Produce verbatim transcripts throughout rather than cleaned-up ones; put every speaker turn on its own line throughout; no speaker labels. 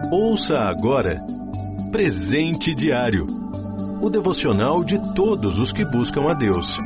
Ouça agora Presente Diário, o devocional de todos os que buscam a Deus.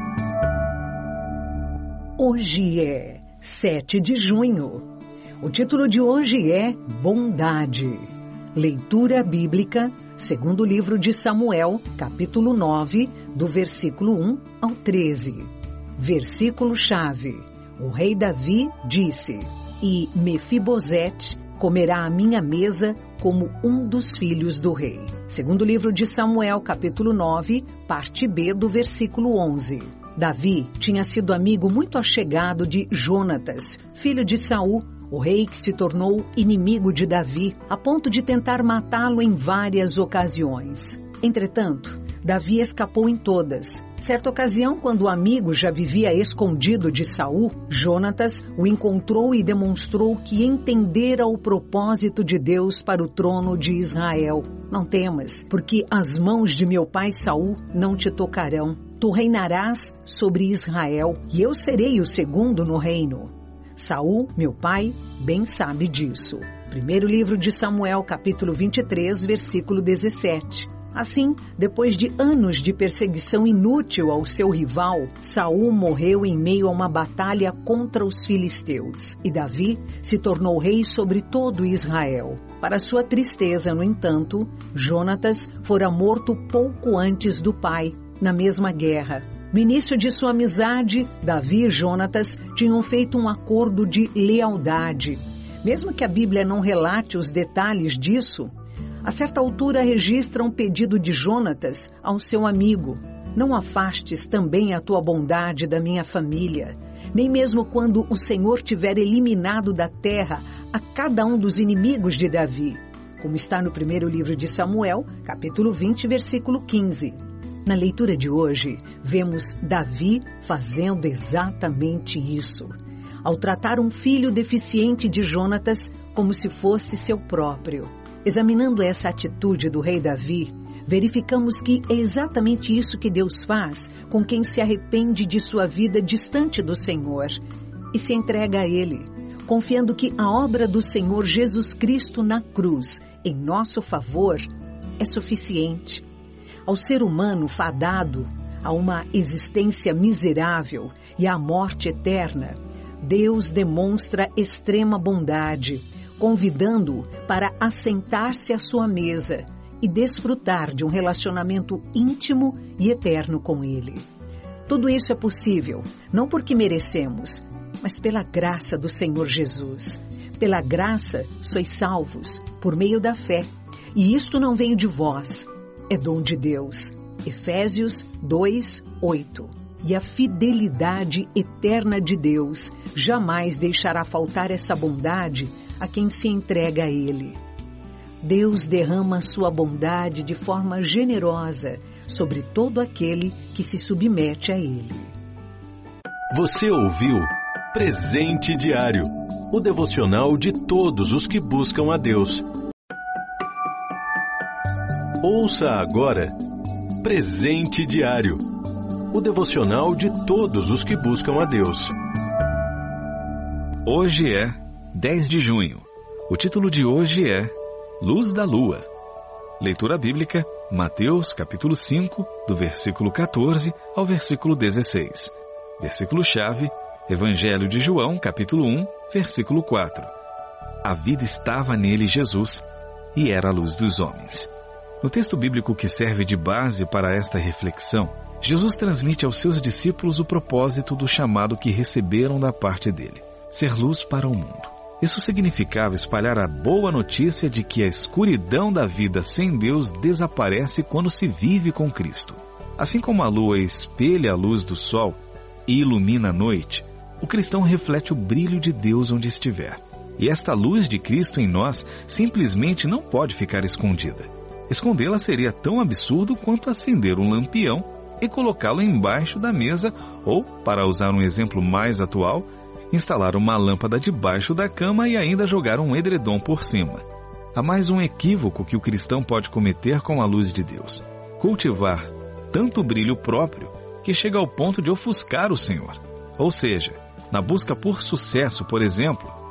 Hoje é sete de junho. O título de hoje é Bondade. Leitura bíblica, segundo o livro de Samuel, capítulo nove, do versículo um ao treze. Versículo-chave. O rei Davi disse: E Mefibosete comerá à minha mesa como um dos filhos do rei. Segundo o livro de Samuel, capítulo nove, parte B, do versículo onze. Davi tinha sido amigo muito achegado de Jonatas, filho de Saul, o rei que se tornou inimigo de Davi, a ponto de tentar matá-lo em várias ocasiões. Entretanto, Davi escapou em todas. Certa ocasião, quando o amigo já vivia escondido de Saul, Jonatas o encontrou e demonstrou que entendera o propósito de Deus para o trono de Israel. Não temas, porque as mãos de meu pai Saul não te tocarão. Tu reinarás sobre Israel, e eu serei o segundo no reino. Saul, meu pai, bem sabe disso. Primeiro livro de Samuel, capítulo vinte e três, versículo dezessete. Assim, depois de anos de perseguição inútil ao seu rival, Saul morreu em meio a uma batalha contra os filisteus. E Davi se tornou rei sobre todo Israel. Para sua tristeza, no entanto, Jonatas fora morto pouco antes do pai, na mesma guerra. No início de sua amizade, Davi e Jonatas tinham feito um acordo de lealdade. Mesmo que a Bíblia não relate os detalhes disso, a certa altura registra um pedido de Jonatas ao seu amigo: não afastes também a tua bondade da minha família, nem mesmo quando o Senhor tiver eliminado da terra a cada um dos inimigos de Davi, como está no primeiro livro de Samuel, capítulo vinte, versículo quinze. Na leitura de hoje, vemos Davi fazendo exatamente isso, ao tratar um filho deficiente de Jonatas como se fosse seu próprio. Examinando essa atitude do rei Davi, verificamos que é exatamente isso que Deus faz com quem se arrepende de sua vida distante do Senhor e se entrega a Ele, confiando que a obra do Senhor Jesus Cristo na cruz, em nosso favor, é suficiente. Ao ser humano fadado a uma existência miserável e à morte eterna, Deus demonstra extrema bondade, convidando-o para assentar-se à sua mesa e desfrutar de um relacionamento íntimo e eterno com Ele. Tudo isso é possível, não porque merecemos, mas pela graça do Senhor Jesus. Pela graça sois salvos, por meio da fé. E isto não veio de vós, é dom de Deus. Efésios dois, oito. E a fidelidade eterna de Deus jamais deixará faltar essa bondade a quem se entrega a Ele. Deus derrama sua bondade de forma generosa sobre todo aquele que se submete a Ele.
Você ouviu Presente Diário, o devocional de todos os que buscam a Deus. Ouça agora Presente Diário, o devocional de todos os que buscam a Deus.
Hoje é dez de junho. O título de hoje é Luz da Lua. Leitura bíblica, Mateus capítulo cinco, do versículo quatorze ao versículo dezesseis. Versículo-chave, Evangelho de João, capítulo um, versículo quatro. A vida estava nele, Jesus, e era a luz dos homens. No texto bíblico que serve de base para esta reflexão, Jesus transmite aos seus discípulos o propósito do chamado que receberam da parte dele: ser luz para o mundo. Isso significava espalhar a boa notícia de que a escuridão da vida sem Deus desaparece quando se vive com Cristo. Assim como a lua espelha a luz do sol e ilumina a noite, o cristão reflete o brilho de Deus onde estiver. E esta luz de Cristo em nós simplesmente não pode ficar escondida. Escondê-la seria tão absurdo quanto acender um lampião e colocá-lo embaixo da mesa ou, para usar um exemplo mais atual, instalar uma lâmpada debaixo da cama e ainda jogar um edredom por cima. Há mais um equívoco que o cristão pode cometer com a luz de Deus: cultivar tanto brilho próprio que chega ao ponto de ofuscar o Senhor. Ou seja, na busca por sucesso, por exemplo,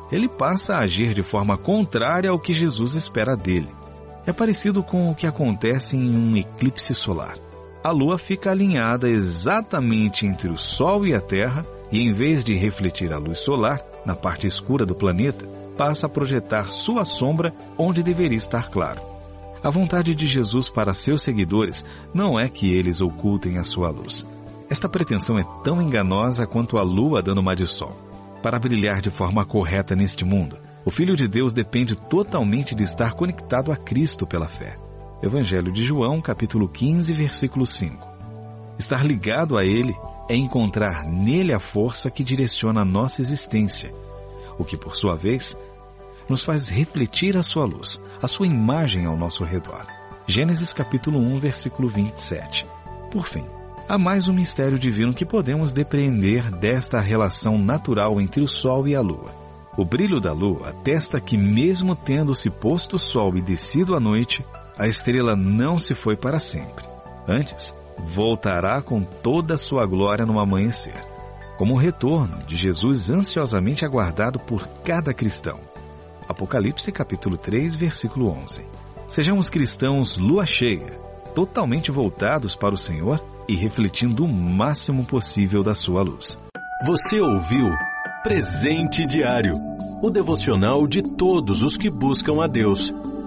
ele passa a agir de forma contrária ao que Jesus espera dele. É parecido com o que acontece em um eclipse solar. A Lua fica alinhada exatamente entre o Sol e a Terra e, em vez de refletir a luz solar na parte escura do planeta, passa a projetar sua sombra onde deveria estar claro. A vontade de Jesus para seus seguidores não é que eles ocultem a sua luz. Esta pretensão é tão enganosa quanto a lua dando uma de sol. Para brilhar de forma correta neste mundo, o Filho de Deus depende totalmente de estar conectado a Cristo pela fé. Evangelho de João, capítulo quinze, versículo cinco. Estar ligado a Ele é encontrar nele a força que direciona a nossa existência, o que, por sua vez, nos faz refletir a sua luz, a sua imagem ao nosso redor. Gênesis capítulo um, versículo vinte e sete. Por fim, há mais um mistério divino que podemos depreender desta relação natural entre o Sol e a Lua. O brilho da Lua atesta que, mesmo tendo se posto o Sol e descido a noite, a estrela não se foi para sempre. Antes, voltará com toda a sua glória no amanhecer, como o retorno de Jesus ansiosamente aguardado por cada cristão. Apocalipse capítulo três, versículo onze. Sejamos cristãos lua cheia, totalmente voltados para o Senhor e refletindo o máximo possível da sua luz.
Você ouviu Presente Diário, o devocional de todos os que buscam a Deus.